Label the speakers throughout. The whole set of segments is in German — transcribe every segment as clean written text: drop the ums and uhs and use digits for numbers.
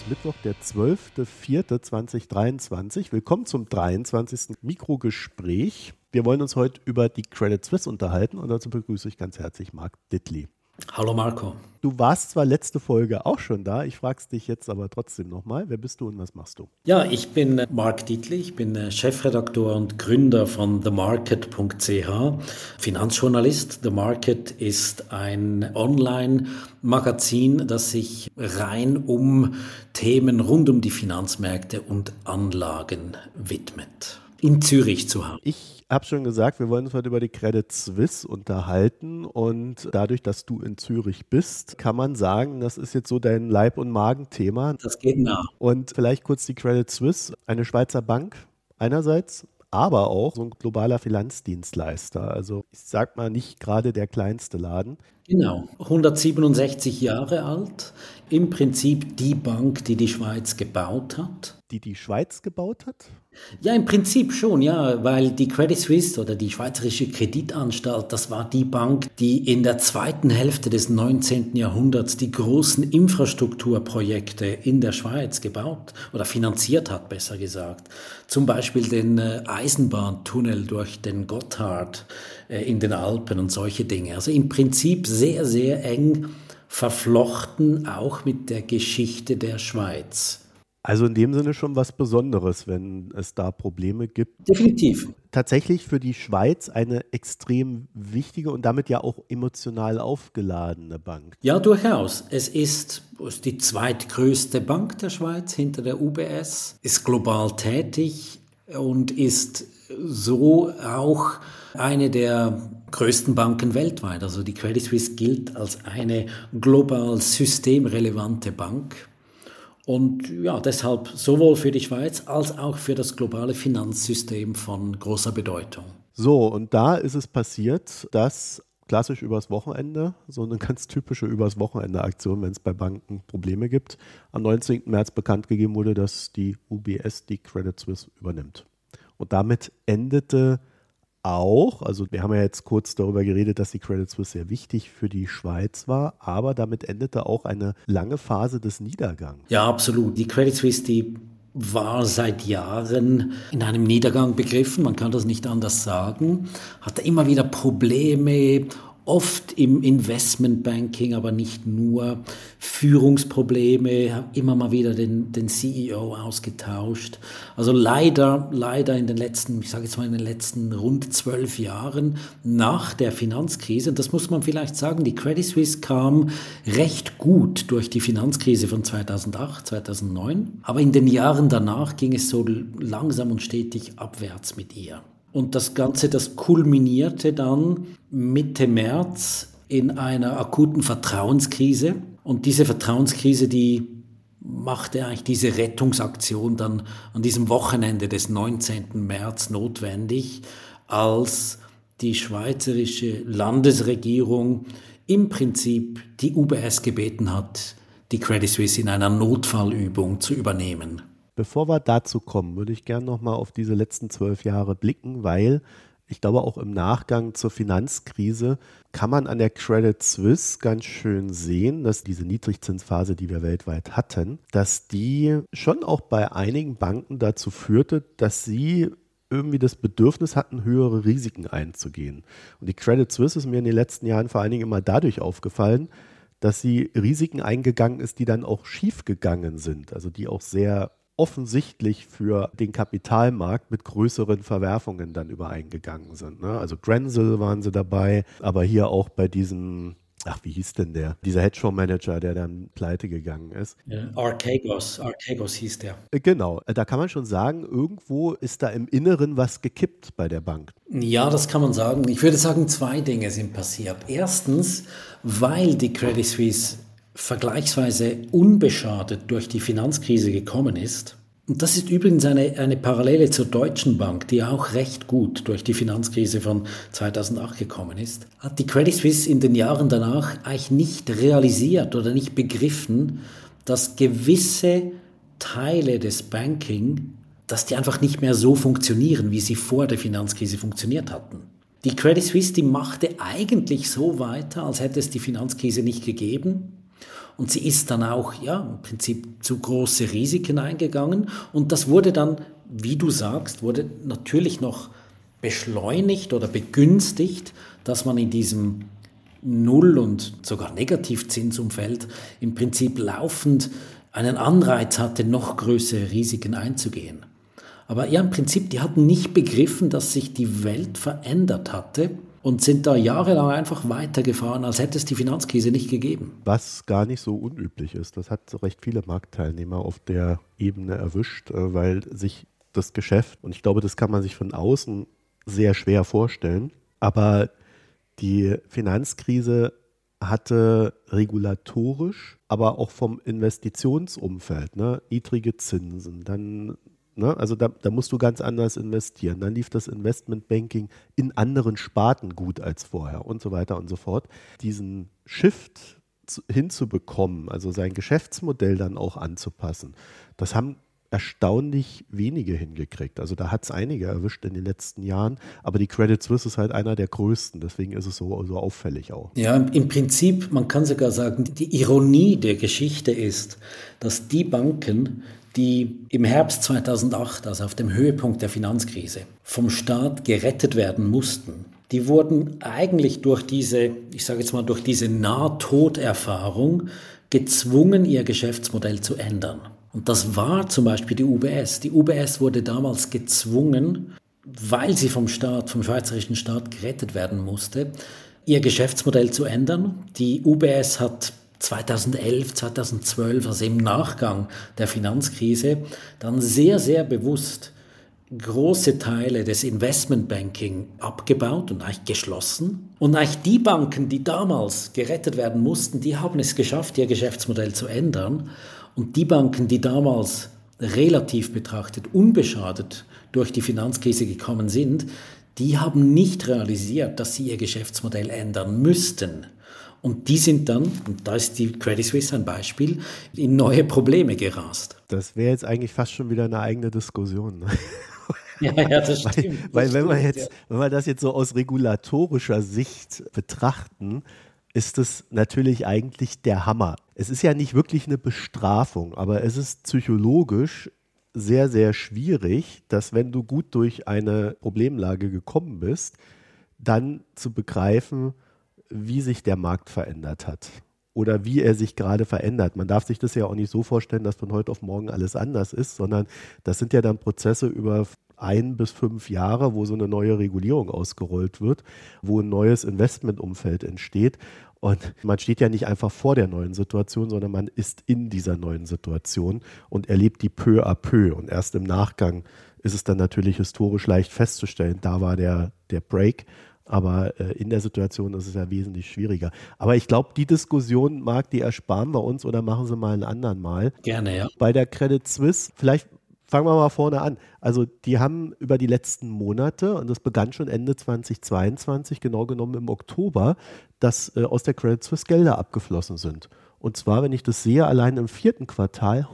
Speaker 1: ist Mittwoch, der 12.04.2023. Willkommen zum 23. Mikrogespräch. Wir wollen uns heute über die Credit Suisse unterhalten und dazu begrüße ich ganz herzlich Marc Dietli.
Speaker 2: Hallo Marco.
Speaker 1: Du warst zwar letzte Folge auch schon da, ich frage dich jetzt aber trotzdem nochmal, wer bist du und was machst du?
Speaker 2: Ja, ich bin Marc Dietli, ich bin Chefredakteur und Gründer von TheMarket.ch, Finanzjournalist. The Market ist ein Online-Magazin, das sich rein um Themen rund um die Finanzmärkte und Anlagen widmet. In Zürich zu haben.
Speaker 1: Ich habe schon gesagt, wir wollen uns heute über die Credit Suisse unterhalten und dadurch, dass du in Zürich bist, kann man sagen, das ist jetzt so dein Leib- und Magenthema.
Speaker 2: Das geht nah.
Speaker 1: Und vielleicht kurz die Credit Suisse, eine Schweizer Bank einerseits, aber auch so ein globaler Finanzdienstleister. Also ich sag mal nicht gerade der kleinste Laden.
Speaker 2: Genau, 167 Jahre alt, im Prinzip die Bank, die die Schweiz gebaut hat.
Speaker 1: Die Schweiz gebaut hat?
Speaker 2: Ja, im Prinzip schon, ja, weil die Credit Suisse oder die Schweizerische Kreditanstalt, das war die Bank, die in der zweiten Hälfte des 19. Jahrhunderts die großen Infrastrukturprojekte in der Schweiz gebaut oder finanziert hat, besser gesagt. Zum Beispiel den Eisenbahntunnel durch den Gotthard in den Alpen und solche Dinge. Also im Prinzip sehr, sehr eng verflochten, auch mit der Geschichte der Schweiz.
Speaker 1: Also in dem Sinne schon was Besonderes, wenn es da Probleme gibt.
Speaker 2: Definitiv.
Speaker 1: Tatsächlich für die Schweiz eine extrem wichtige und damit ja auch emotional aufgeladene Bank.
Speaker 2: Ja, durchaus. Es ist die zweitgrößte Bank der Schweiz hinter der UBS, ist global tätig und ist so auch eine der größten Banken weltweit. Also die Credit Suisse gilt als eine global systemrelevante Bank. Und ja, deshalb sowohl für die Schweiz als auch für das globale Finanzsystem von großer Bedeutung.
Speaker 1: So, und da ist es passiert, dass klassisch übers Wochenende, so eine ganz typische übers Wochenende-Aktion, wenn es bei Banken Probleme gibt, am 19. März bekannt gegeben wurde, dass die UBS die Credit Suisse übernimmt. Und damit endete auch, also wir haben ja jetzt kurz darüber geredet, dass die Credit Suisse sehr wichtig für die Schweiz war, aber damit endete auch eine lange Phase des Niedergangs.
Speaker 2: Ja, absolut. Die Credit Suisse, die war seit Jahren in einem Niedergang begriffen, man kann das nicht anders sagen, hatte immer wieder Probleme, oft im Investmentbanking, aber nicht nur, Führungsprobleme, immer mal wieder den CEO ausgetauscht. Also leider in den letzten, ich sage jetzt mal in den letzten rund 12 Jahren nach der Finanzkrise, und das muss man vielleicht sagen, die Credit Suisse kam recht gut durch die Finanzkrise von 2008, 2009, aber in den Jahren danach ging es so langsam und stetig abwärts mit ihr. Und das Ganze, das kulminierte dann Mitte März in einer akuten Vertrauenskrise. Und diese Vertrauenskrise, die machte eigentlich diese Rettungsaktion dann an diesem Wochenende des 19. März notwendig, als die schweizerische Landesregierung im Prinzip die UBS gebeten hat, die Credit Suisse in einer Notfallübung zu übernehmen.
Speaker 1: Bevor wir dazu kommen, würde ich gerne nochmal auf diese letzten 12 Jahre blicken, weil ich glaube, auch im Nachgang zur Finanzkrise kann man an der Credit Suisse ganz schön sehen, dass diese Niedrigzinsphase, die wir weltweit hatten, dass die schon auch bei einigen Banken dazu führte, dass sie irgendwie das Bedürfnis hatten, höhere Risiken einzugehen. Und die Credit Suisse ist mir in den letzten Jahren vor allen Dingen immer dadurch aufgefallen, dass sie Risiken eingegangen ist, die dann auch schief gegangen sind, also die auch sehr offensichtlich für den Kapitalmarkt mit größeren Verwerfungen dann übereingegangen sind. Ne? Also Grenzel waren sie dabei, aber hier auch bei diesem, wie hieß denn dieser Hedgefondsmanager, der dann pleite gegangen ist.
Speaker 2: Ja, Archegos hieß der.
Speaker 1: Genau, da kann man schon sagen, irgendwo ist da im Inneren was gekippt bei der Bank.
Speaker 2: Ja, das kann man sagen. Ich würde sagen, zwei Dinge sind passiert. Erstens, weil die Credit Suisse vergleichsweise unbeschadet durch die Finanzkrise gekommen ist. Und das ist übrigens eine Parallele zur Deutschen Bank, die auch recht gut durch die Finanzkrise von 2008 gekommen ist. Hat die Credit Suisse in den Jahren danach eigentlich nicht realisiert oder nicht begriffen, dass gewisse Teile des Banking, dass die einfach nicht mehr so funktionieren, wie sie vor der Finanzkrise funktioniert hatten. Die Credit Suisse, die machte eigentlich so weiter, als hätte es die Finanzkrise nicht gegeben. Und sie ist dann auch, im Prinzip zu große Risiken eingegangen. Und das wurde dann, wie du sagst, wurde natürlich noch beschleunigt oder begünstigt, dass man in diesem Null- und sogar Negativzinsumfeld im Prinzip laufend einen Anreiz hatte, noch größere Risiken einzugehen. Aber im Prinzip, die hatten nicht begriffen, dass sich die Welt verändert hatte und sind da jahrelang einfach weitergefahren, als hätte es die Finanzkrise nicht gegeben.
Speaker 1: Was gar nicht so unüblich ist. Das hat recht viele Marktteilnehmer auf der Ebene erwischt, weil sich das Geschäft, und ich glaube, das kann man sich von außen sehr schwer vorstellen, aber die Finanzkrise hatte regulatorisch, aber auch vom Investitionsumfeld, niedrige Zinsen, dann, also da musst du ganz anders investieren. Dann lief das Investmentbanking in anderen Sparten gut als vorher und so weiter und so fort. Diesen Shift hinzubekommen, also sein Geschäftsmodell dann auch anzupassen, das haben erstaunlich wenige hingekriegt. Also da hat es einige erwischt in den letzten Jahren, aber die Credit Suisse ist halt einer der größten, deswegen ist es so auffällig auch.
Speaker 2: Ja, im Prinzip, man kann sogar sagen, die Ironie der Geschichte ist, dass die Banken, die im Herbst 2008, also auf dem Höhepunkt der Finanzkrise, vom Staat gerettet werden mussten, die wurden eigentlich durch diese, ich sage jetzt mal, durch diese Nahtoderfahrung gezwungen, ihr Geschäftsmodell zu ändern. Und das war zum Beispiel die UBS. Die UBS wurde damals gezwungen, weil sie vom schweizerischen Staat gerettet werden musste, ihr Geschäftsmodell zu ändern. Die UBS hat 2011, 2012, also im Nachgang der Finanzkrise, dann sehr, sehr bewusst große Teile des Investmentbanking abgebaut und eigentlich geschlossen. Und eigentlich die Banken, die damals gerettet werden mussten, die haben es geschafft, ihr Geschäftsmodell zu ändern. Und die Banken, die damals relativ betrachtet unbeschadet durch die Finanzkrise gekommen sind, die haben nicht realisiert, dass sie ihr Geschäftsmodell ändern müssten. Und die sind dann, und da ist die Credit Suisse ein Beispiel, in neue Probleme gerast.
Speaker 1: Das wäre jetzt eigentlich fast schon wieder eine eigene Diskussion. Ne?
Speaker 2: Ja, das stimmt.
Speaker 1: Weil wenn wir das jetzt so aus regulatorischer Sicht betrachten, ist es natürlich eigentlich der Hammer. Es ist ja nicht wirklich eine Bestrafung, aber es ist psychologisch sehr, sehr schwierig, dass wenn du gut durch eine Problemlage gekommen bist, dann zu begreifen, wie sich der Markt verändert hat oder wie er sich gerade verändert. Man darf sich das ja auch nicht so vorstellen, dass von heute auf morgen alles anders ist, sondern das sind ja dann Prozesse über 1 bis 5 Jahre, wo so eine neue Regulierung ausgerollt wird, wo ein neues Investmentumfeld entsteht. Und man steht ja nicht einfach vor der neuen Situation, sondern man ist in dieser neuen Situation und erlebt die peu à peu. Und erst im Nachgang ist es dann natürlich historisch leicht festzustellen, da war der Break. Aber in der Situation ist es ja wesentlich schwieriger. Aber ich glaube, die Diskussion, Marc, die ersparen wir uns oder machen sie mal einen anderen Mal.
Speaker 2: Gerne, ja.
Speaker 1: Bei der Credit Suisse, vielleicht fangen wir mal vorne an. Also die haben über die letzten Monate, und das begann schon Ende 2022, genau genommen im Oktober, dass aus der Credit Suisse Gelder abgeflossen sind. Und zwar, wenn ich das sehe, allein im 4. Quartal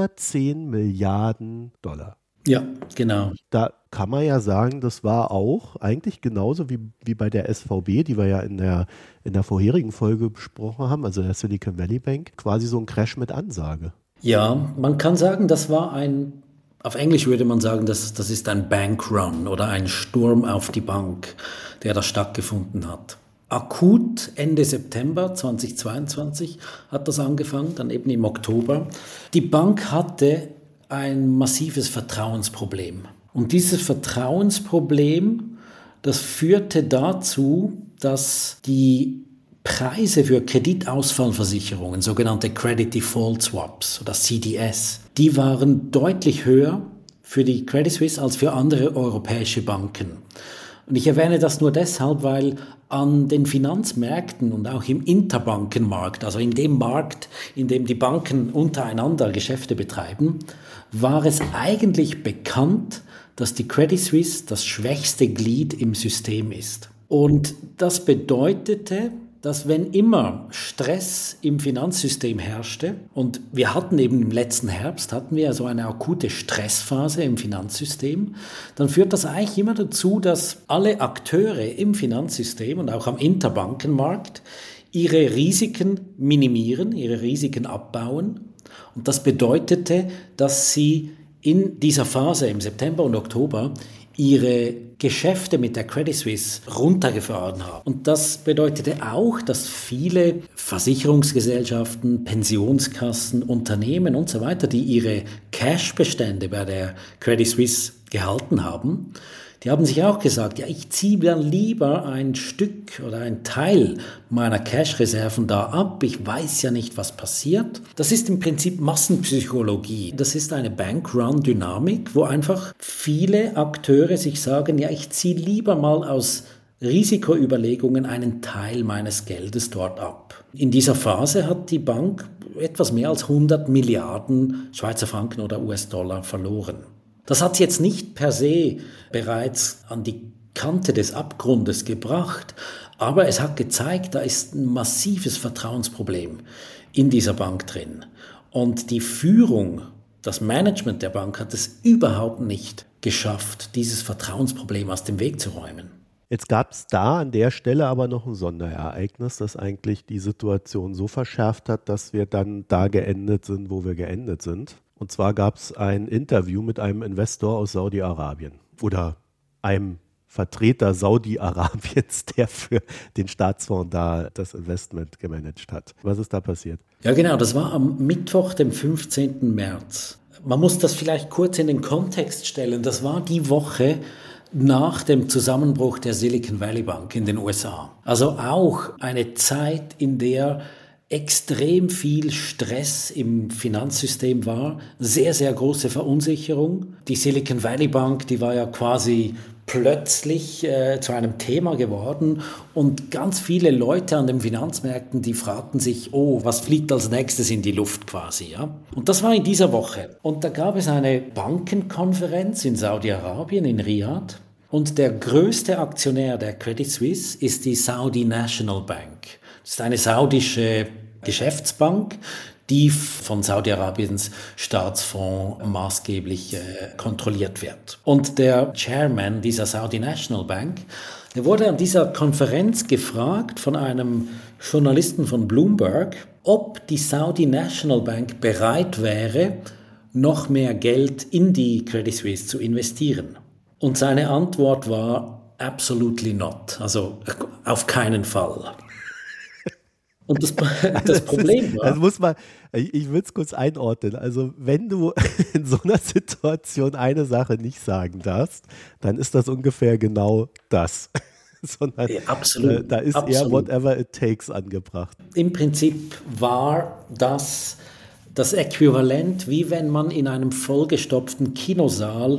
Speaker 1: 110 Milliarden Dollar.
Speaker 2: Ja, genau.
Speaker 1: Da kann man ja sagen, das war auch eigentlich genauso wie bei der SVB, die wir ja in der vorherigen Folge besprochen haben, also der Silicon Valley Bank, quasi so ein Crash mit Ansage.
Speaker 2: Ja, man kann sagen, das war auf Englisch würde man sagen, das ist ein Bankrun oder ein Sturm auf die Bank, der da stattgefunden hat. Akut Ende September 2022 hat das angefangen, dann eben im Oktober. Die Bank hatte ein massives Vertrauensproblem. Und dieses Vertrauensproblem, das führte dazu, dass die Preise für Kreditausfallversicherungen, sogenannte Credit Default Swaps oder CDS, die waren deutlich höher für die Credit Suisse als für andere europäische Banken. Und ich erwähne das nur deshalb, weil an den Finanzmärkten und auch im Interbankenmarkt, also in dem Markt, in dem die Banken untereinander Geschäfte betreiben, war es eigentlich bekannt, dass die Credit Suisse das schwächste Glied im System ist. Und das bedeutete, dass wenn immer Stress im Finanzsystem herrschte, und wir hatten eben im letzten Herbst, hatten wir so eine akute Stressphase im Finanzsystem, dann führt das eigentlich immer dazu, dass alle Akteure im Finanzsystem und auch am Interbankenmarkt ihre Risiken minimieren, ihre Risiken abbauen. Und das bedeutete, dass sie in dieser Phase im September und Oktober ihre Geschäfte mit der Credit Suisse runtergefahren haben. Und das bedeutete auch, dass viele Versicherungsgesellschaften, Pensionskassen, Unternehmen und so weiter, die ihre Cashbestände bei der Credit Suisse gehalten haben, die haben sich auch gesagt, ja, ich ziehe dann lieber ein Stück oder ein Teil meiner Cash-Reserven da ab. Ich weiß ja nicht, was passiert. Das ist im Prinzip Massenpsychologie. Das ist eine Bank-Run-Dynamik, wo einfach viele Akteure sich sagen, ja, ich ziehe lieber mal aus Risikoüberlegungen einen Teil meines Geldes dort ab. In dieser Phase hat die Bank etwas mehr als 100 Milliarden Schweizer Franken oder US-Dollar verloren. Das hat sie jetzt nicht per se bereits an die Kante des Abgrundes gebracht, aber es hat gezeigt, da ist ein massives Vertrauensproblem in dieser Bank drin. Und die Führung, das Management der Bank hat es überhaupt nicht geschafft, dieses Vertrauensproblem aus dem Weg zu räumen.
Speaker 1: Jetzt gab es da an der Stelle aber noch ein Sonderereignis, das eigentlich die Situation so verschärft hat, dass wir dann da geendet sind, wo wir geendet sind. Und zwar gab es ein Interview mit einem Investor aus Saudi-Arabien oder einem Vertreter Saudi-Arabiens, der für den Staatsfonds da das Investment gemanagt hat. Was ist da passiert?
Speaker 2: Ja genau, das war am Mittwoch, dem 15. März. Man muss das vielleicht kurz in den Kontext stellen. Das war die Woche nach dem Zusammenbruch der Silicon Valley Bank in den USA. Also auch eine Zeit, in der extrem viel Stress im Finanzsystem war, sehr, sehr große Verunsicherung. Die Silicon Valley Bank, die war ja quasi plötzlich zu einem Thema geworden und ganz viele Leute an den Finanzmärkten, die fragten sich, oh, was fliegt als nächstes in die Luft quasi, ja? Und das war in dieser Woche. Und da gab es eine Bankenkonferenz in Saudi-Arabien, in Riyadh. Und der größte Aktionär der Credit Suisse ist die Saudi National Bank. Das ist eine saudische Geschäftsbank, die von Saudi-Arabiens Staatsfonds maßgeblich kontrolliert wird. Und der Chairman dieser Saudi National Bank, der wurde an dieser Konferenz gefragt von einem Journalisten von Bloomberg, ob die Saudi National Bank bereit wäre, noch mehr Geld in die Credit Suisse zu investieren. Und seine Antwort war absolutely not, also auf keinen Fall. Und das Problem war...
Speaker 1: Also muss man, ich würde es kurz einordnen, also wenn du in so einer Situation eine Sache nicht sagen darfst, dann ist das ungefähr genau das. Sondern
Speaker 2: ja, absolut,
Speaker 1: da ist eher whatever it takes angebracht.
Speaker 2: Im Prinzip war das Äquivalent, wie wenn man in einem vollgestopften Kinosaal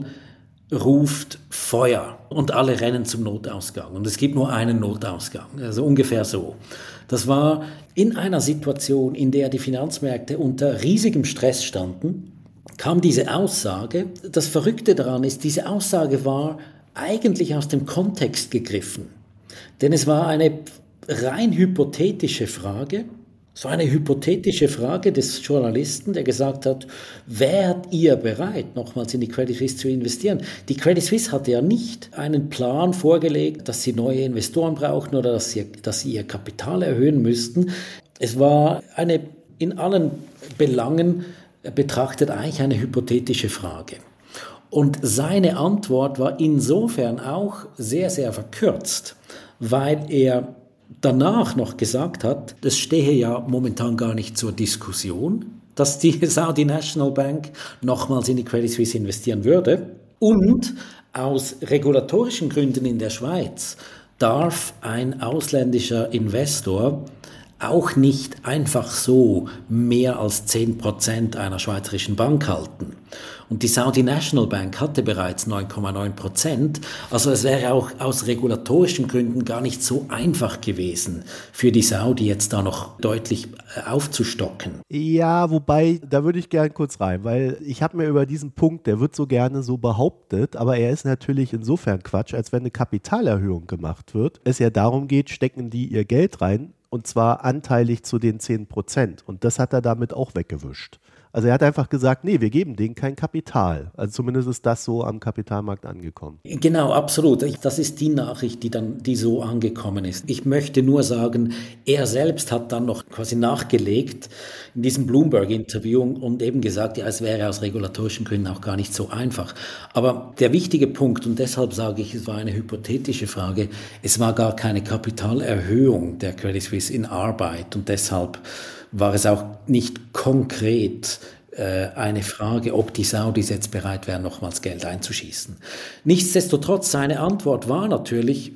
Speaker 2: ruft Feuer und alle rennen zum Notausgang und es gibt nur einen Notausgang, also ungefähr so. Das war in einer Situation, in der die Finanzmärkte unter riesigem Stress standen, kam diese Aussage. Das Verrückte daran ist, diese Aussage war eigentlich aus dem Kontext gegriffen, denn es war eine rein hypothetische Frage. So eine hypothetische Frage des Journalisten, der gesagt hat, wärt ihr bereit, nochmals in die Credit Suisse zu investieren? Die Credit Suisse hatte ja nicht einen Plan vorgelegt, dass sie neue Investoren brauchten oder dass sie ihr Kapital erhöhen müssten. Es war eine in allen Belangen betrachtet eigentlich eine hypothetische Frage. Und seine Antwort war insofern auch sehr, sehr verkürzt, weil er danach noch gesagt hat, das stehe ja momentan gar nicht zur Diskussion, dass die Saudi National Bank nochmals in die Credit Suisse investieren würde. Und aus regulatorischen Gründen in der Schweiz darf ein ausländischer Investor auch nicht einfach so mehr als 10% einer schweizerischen Bank halten. Und die Saudi National Bank hatte bereits 9,9%. Also es wäre auch aus regulatorischen Gründen gar nicht so einfach gewesen, für die Saudi jetzt da noch deutlich aufzustocken.
Speaker 1: Ja, wobei, da würde ich gerne kurz rein, weil ich habe mir über diesen Punkt, der wird so gerne so behauptet, aber er ist natürlich insofern Quatsch, als wenn eine Kapitalerhöhung gemacht wird. Es ja darum geht, stecken die ihr Geld rein, und zwar anteilig zu den 10%. Und das hat er damit auch weggewischt. Also er hat einfach gesagt, nee, wir geben denen kein Kapital. Also zumindest ist das so am Kapitalmarkt angekommen.
Speaker 2: Genau, absolut. Das ist die Nachricht, die so angekommen ist. Ich möchte nur sagen, er selbst hat dann noch quasi nachgelegt in diesem Bloomberg-Interview und eben gesagt, ja, es wäre aus regulatorischen Gründen auch gar nicht so einfach. Aber der wichtige Punkt, und deshalb sage ich, es war eine hypothetische Frage, es war gar keine Kapitalerhöhung der Credit Suisse in Arbeit und deshalb war es auch nicht konkret eine Frage, ob die Saudis jetzt bereit wären, nochmals Geld einzuschießen. Nichtsdestotrotz, seine Antwort war natürlich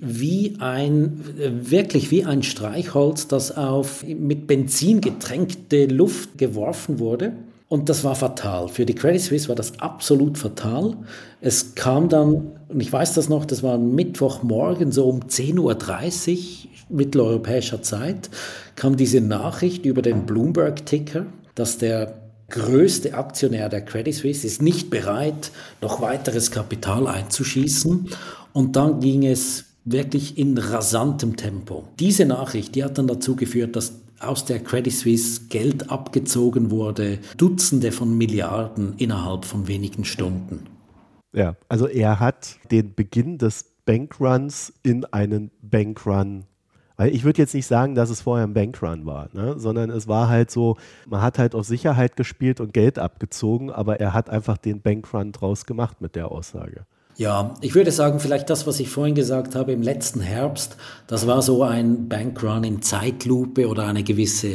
Speaker 2: wirklich wie ein Streichholz, das mit Benzin getränkte Luft geworfen wurde. Und das war fatal. Für die Credit Suisse war das absolut fatal. Es kam dann, und ich weiß das noch, das war ein Mittwochmorgen, so um 10:30 Uhr mitteleuropäischer Zeit, kam diese Nachricht über den Bloomberg-Ticker, dass der größte Aktionär der Credit Suisse ist nicht bereit, noch weiteres Kapital einzuschießen. Und dann ging es wirklich in rasantem Tempo. Diese Nachricht, die hat dann dazu geführt, dass aus der Credit Suisse Geld abgezogen wurde, Dutzende von Milliarden innerhalb von wenigen Stunden.
Speaker 1: Ja, also er hat den Beginn des Bankruns in einen Bankrun. Weil ich würde jetzt nicht sagen, dass es vorher ein Bankrun war, ne? Sondern es war halt so, man hat halt auf Sicherheit gespielt und Geld abgezogen, aber er hat einfach den Bankrun draus gemacht mit der Aussage.
Speaker 2: Ja, ich würde sagen, vielleicht das, was ich vorhin gesagt habe, im letzten Herbst, das war so ein Bankrun in Zeitlupe oder eine gewisse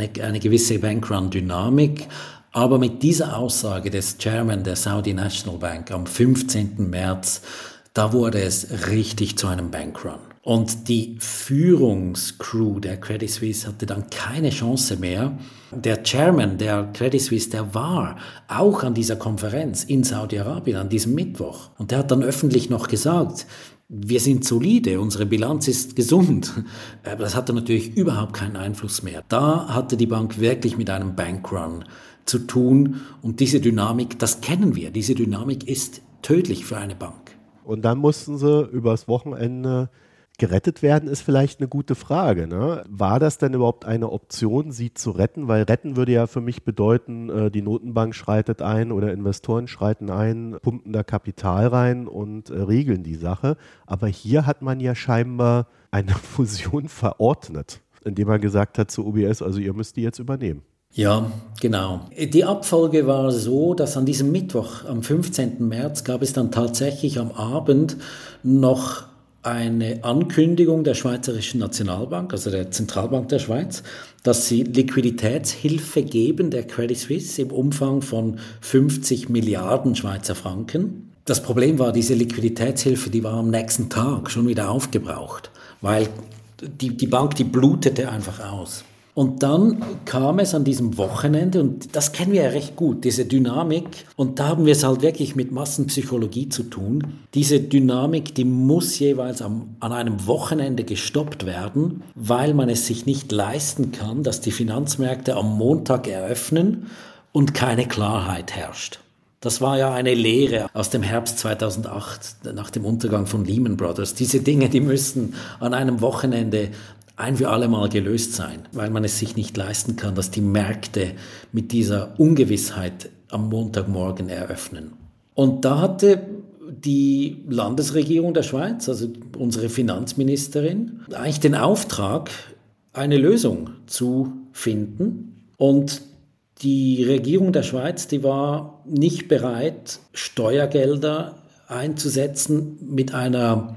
Speaker 2: Bankrun-Dynamik. Aber mit dieser Aussage des Chairman der Saudi National Bank am 15. März, da wurde es richtig zu einem Bankrun. Und die Führungscrew der Credit Suisse hatte dann keine Chance mehr. Der Chairman der Credit Suisse, der war auch an dieser Konferenz in Saudi-Arabien an diesem Mittwoch. Und der hat dann öffentlich noch gesagt, wir sind solide, unsere Bilanz ist gesund. Aber das hatte natürlich überhaupt keinen Einfluss mehr. Da hatte die Bank wirklich mit einem Bankrun zu tun. Und diese Dynamik, das kennen wir. Diese Dynamik ist tödlich für eine Bank.
Speaker 1: Und dann mussten sie übers Wochenende gerettet werden, ist vielleicht eine gute Frage, ne? War das denn überhaupt eine Option, sie zu retten? Weil retten würde ja für mich bedeuten, die Notenbank schreitet ein oder Investoren schreiten ein, pumpen da Kapital rein und regeln die Sache. Aber hier hat man ja scheinbar eine Fusion verordnet, indem man gesagt hat zu UBS, also ihr müsst die jetzt übernehmen.
Speaker 2: Ja, genau. Die Abfolge war so, dass an diesem Mittwoch, am 15. März, gab es dann tatsächlich am Abend noch eine Ankündigung der Schweizerischen Nationalbank, also der Zentralbank der Schweiz, dass sie Liquiditätshilfe geben der Credit Suisse im Umfang von 50 Milliarden Schweizer Franken. Das Problem war, diese Liquiditätshilfe, die war am nächsten Tag schon wieder aufgebraucht, weil die Bank, die blutete einfach aus. Und dann kam es an diesem Wochenende, und das kennen wir ja recht gut, diese Dynamik, und da haben wir es halt wirklich mit Massenpsychologie zu tun. Diese Dynamik, die muss jeweils an einem Wochenende gestoppt werden, weil man es sich nicht leisten kann, dass die Finanzmärkte am Montag eröffnen und keine Klarheit herrscht. Das war ja eine Lehre aus dem Herbst 2008, nach dem Untergang von Lehman Brothers. Diese Dinge, die müssen an einem Wochenende ein für alle Mal gelöst sein, weil man es sich nicht leisten kann, dass die Märkte mit dieser Ungewissheit am Montagmorgen eröffnen. Und da hatte die Landesregierung der Schweiz, also unsere Finanzministerin, eigentlich den Auftrag, eine Lösung zu finden. Und die Regierung der Schweiz, die war nicht bereit, Steuergelder einzusetzen mit einer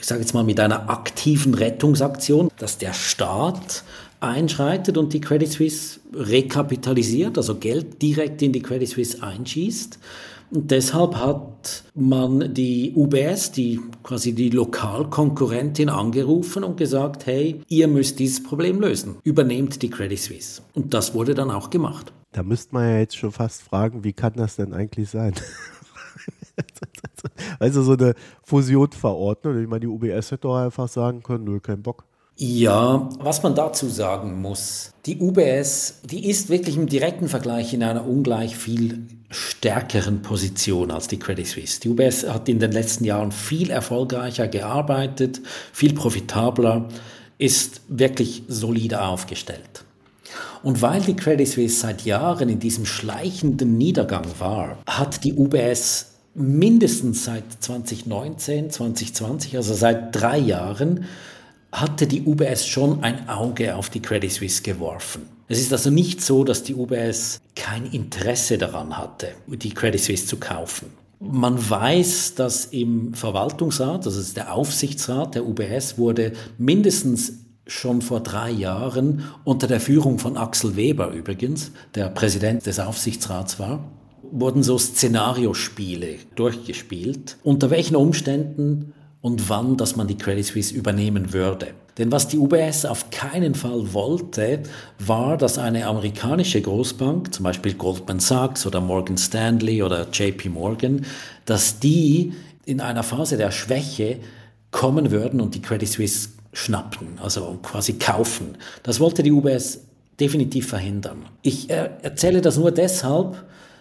Speaker 2: aktiven Rettungsaktion, dass der Staat einschreitet und die Credit Suisse rekapitalisiert, also Geld direkt in die Credit Suisse einschießt. Und deshalb hat man die UBS, quasi die Lokalkonkurrentin, angerufen und gesagt, hey, ihr müsst dieses Problem lösen. Übernehmt die Credit Suisse. Und das wurde dann auch gemacht.
Speaker 1: Da müsste man ja jetzt schon fast fragen, wie kann das denn eigentlich sein? Also so eine Fusion verordnen. Ich meine, die UBS hätte doch einfach sagen können, nö, kein Bock.
Speaker 2: Ja, was man dazu sagen muss, die UBS, die ist wirklich im direkten Vergleich in einer ungleich viel stärkeren Position als die Credit Suisse. Die UBS hat in den letzten Jahren viel erfolgreicher gearbeitet, viel profitabler, ist wirklich solide aufgestellt. Und weil die Credit Suisse seit Jahren in diesem schleichenden Niedergang war, hat die UBS mindestens seit 2019, 2020, also seit 3 Jahren, hatte die UBS schon ein Auge auf die Credit Suisse geworfen. Es ist also nicht so, dass die UBS kein Interesse daran hatte, die Credit Suisse zu kaufen. Man weiß, dass im Verwaltungsrat, das ist der Aufsichtsrat der UBS, wurde mindestens schon vor 3 Jahren unter der Führung von Axel Weber übrigens, der Präsident des Aufsichtsrats war, wurden so Szenariospiele durchgespielt, unter welchen Umständen und wann, dass man die Credit Suisse übernehmen würde. Denn was die UBS auf keinen Fall wollte, war, dass eine amerikanische Großbank, zum Beispiel Goldman Sachs oder Morgan Stanley oder JP Morgan, dass die in einer Phase der Schwäche kommen würden und die Credit Suisse schnappen, also quasi kaufen. Das wollte die UBS definitiv verhindern. Ich erzähle das nur deshalb,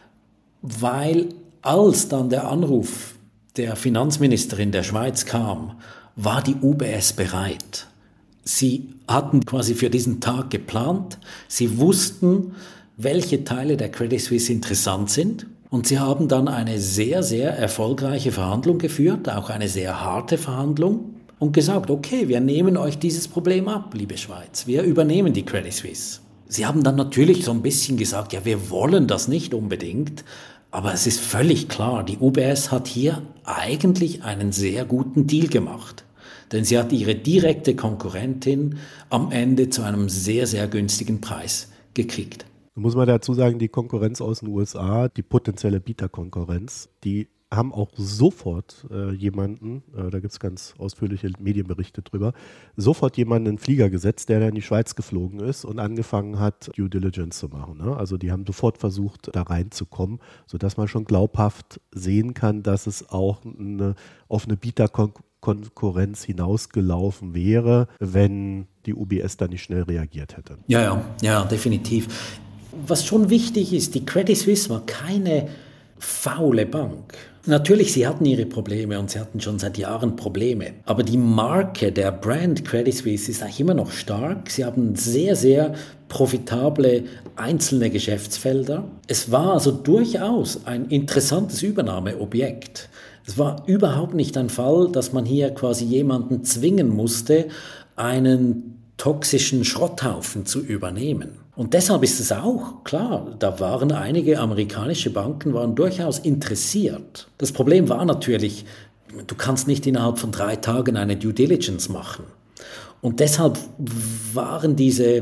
Speaker 2: weil als dann der Anruf der Finanzministerin der Schweiz kam, war die UBS bereit. Sie hatten quasi für diesen Tag geplant. Sie wussten, welche Teile der Credit Suisse interessant sind. Und sie haben dann eine sehr, sehr erfolgreiche Verhandlung geführt, auch eine sehr harte Verhandlung, und gesagt, okay, wir nehmen euch dieses Problem ab, liebe Schweiz. Wir übernehmen die Credit Suisse. Sie haben dann natürlich so ein bisschen gesagt, ja, wir wollen das nicht unbedingt. Aber es ist völlig klar, die UBS hat hier eigentlich einen sehr guten Deal gemacht. Denn sie hat ihre direkte Konkurrentin am Ende zu einem sehr, sehr günstigen Preis gekriegt.
Speaker 1: Muss man dazu sagen, die Konkurrenz aus den USA, die potenzielle Bieterkonkurrenz, die haben auch sofort jemanden, da gibt es ganz ausführliche Medienberichte drüber, sofort jemanden in den Flieger gesetzt, der da in die Schweiz geflogen ist und angefangen hat, Due Diligence zu machen. Ne? Also die haben sofort versucht, da reinzukommen, sodass man schon glaubhaft sehen kann, dass es auch auf eine Bieterkonkurrenz hinausgelaufen wäre, wenn die UBS da nicht schnell reagiert hätte.
Speaker 2: Ja, definitiv. Was schon wichtig ist, die Credit Suisse war keine faule Bank. Natürlich, sie hatten ihre Probleme und sie hatten schon seit Jahren Probleme. Aber die Marke, der Brand Credit Suisse ist eigentlich immer noch stark. Sie haben sehr, sehr profitable einzelne Geschäftsfelder. Es war also durchaus ein interessantes Übernahmeobjekt. Es war überhaupt nicht ein Fall, dass man hier quasi jemanden zwingen musste, einen toxischen Schrotthaufen zu übernehmen. Und deshalb ist es auch klar, da waren einige amerikanische Banken durchaus interessiert. Das Problem war natürlich, du kannst nicht innerhalb von 3 Tagen eine Due Diligence machen. Und deshalb waren diese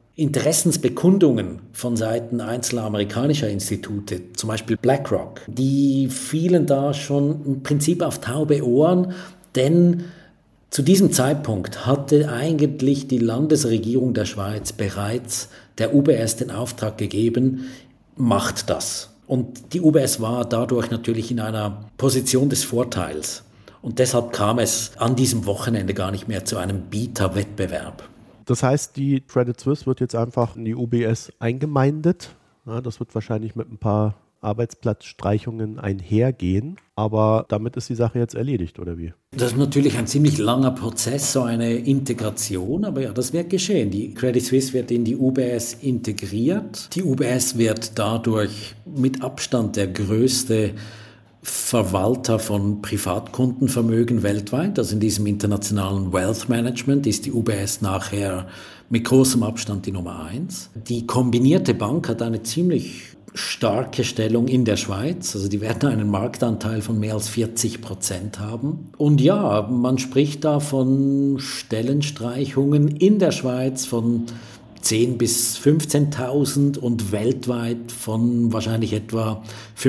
Speaker 2: Interessensbekundungen von Seiten einzelner amerikanischer Institute, zum Beispiel BlackRock, die fielen da schon im Prinzip auf taube Ohren, denn zu diesem Zeitpunkt hatte eigentlich die Landesregierung der Schweiz bereits der UBS den Auftrag gegeben, macht das. Und die UBS war dadurch natürlich in einer Position des Vorteils. Und deshalb kam es an diesem Wochenende gar nicht mehr zu einem Bieterwettbewerb.
Speaker 1: Das heißt, die Credit Suisse wird jetzt einfach in die UBS eingemeindet. Ja, das wird wahrscheinlich mit ein paar Arbeitsplatzstreichungen einhergehen, aber damit ist die Sache jetzt erledigt, oder wie?
Speaker 2: Das ist natürlich ein ziemlich langer Prozess, so eine Integration, aber ja, das wird geschehen. Die Credit Suisse wird in die UBS integriert. Die UBS wird dadurch mit Abstand der größte Verwalter von Privatkundenvermögen weltweit. Also in diesem internationalen Wealth Management ist die UBS nachher mit großem Abstand die Nummer 1. Die kombinierte Bank hat eine ziemlich starke Stellung in der Schweiz, also die werden einen Marktanteil von mehr als 40% haben. Und ja, man spricht da von Stellenstreichungen in der Schweiz von 10.000 bis 15.000 und weltweit von wahrscheinlich etwa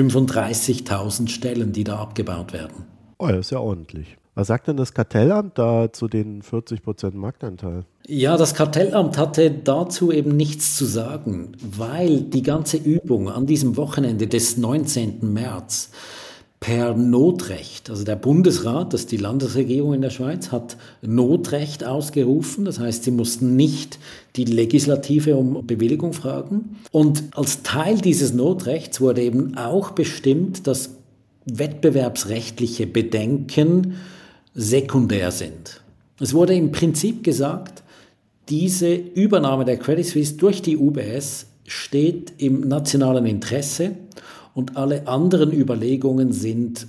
Speaker 2: 35.000 Stellen, die da abgebaut werden.
Speaker 1: Oh, das ist ja ordentlich. Was sagt denn das Kartellamt da zu den 40% Marktanteil?
Speaker 2: Ja, das Kartellamt hatte dazu eben nichts zu sagen, weil die ganze Übung an diesem Wochenende des 19. März per Notrecht, also der Bundesrat, das ist die Landesregierung in der Schweiz, hat Notrecht ausgerufen. Das heißt, sie mussten nicht die Legislative um Bewilligung fragen. Und als Teil dieses Notrechts wurde eben auch bestimmt, dass wettbewerbsrechtliche Bedenken sekundär sind. Es wurde im Prinzip gesagt, diese Übernahme der Credit Suisse durch die UBS steht im nationalen Interesse und alle anderen Überlegungen sind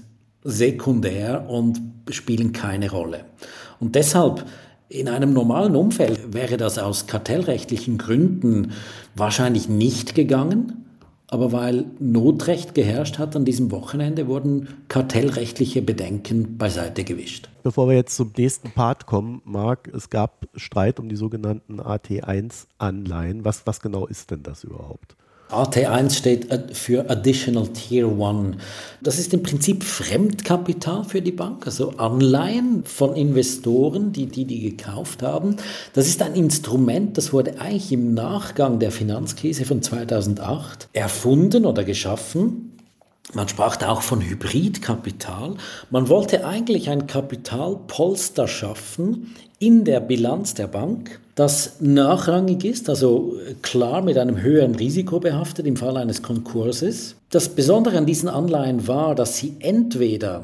Speaker 2: sekundär und spielen keine Rolle. Und deshalb, in einem normalen Umfeld wäre das aus kartellrechtlichen Gründen wahrscheinlich nicht gegangen. Aber weil Notrecht geherrscht hat an diesem Wochenende, wurden kartellrechtliche Bedenken beiseite gewischt.
Speaker 1: Bevor wir jetzt zum nächsten Part kommen, Marc, es gab Streit um die sogenannten AT1-Anleihen. Was genau ist denn das überhaupt?
Speaker 2: AT1 steht für Additional Tier 1. Das ist im Prinzip Fremdkapital für die Bank, also Anleihen von Investoren, die gekauft haben. Das ist ein Instrument, das wurde eigentlich im Nachgang der Finanzkrise von 2008 erfunden oder geschaffen. Man sprach da auch von Hybridkapital. Man wollte eigentlich ein Kapitalpolster schaffen in der Bilanz der Bank, das nachrangig ist, also klar mit einem höheren Risiko behaftet im Fall eines Konkurses. Das Besondere an diesen Anleihen war, dass sie entweder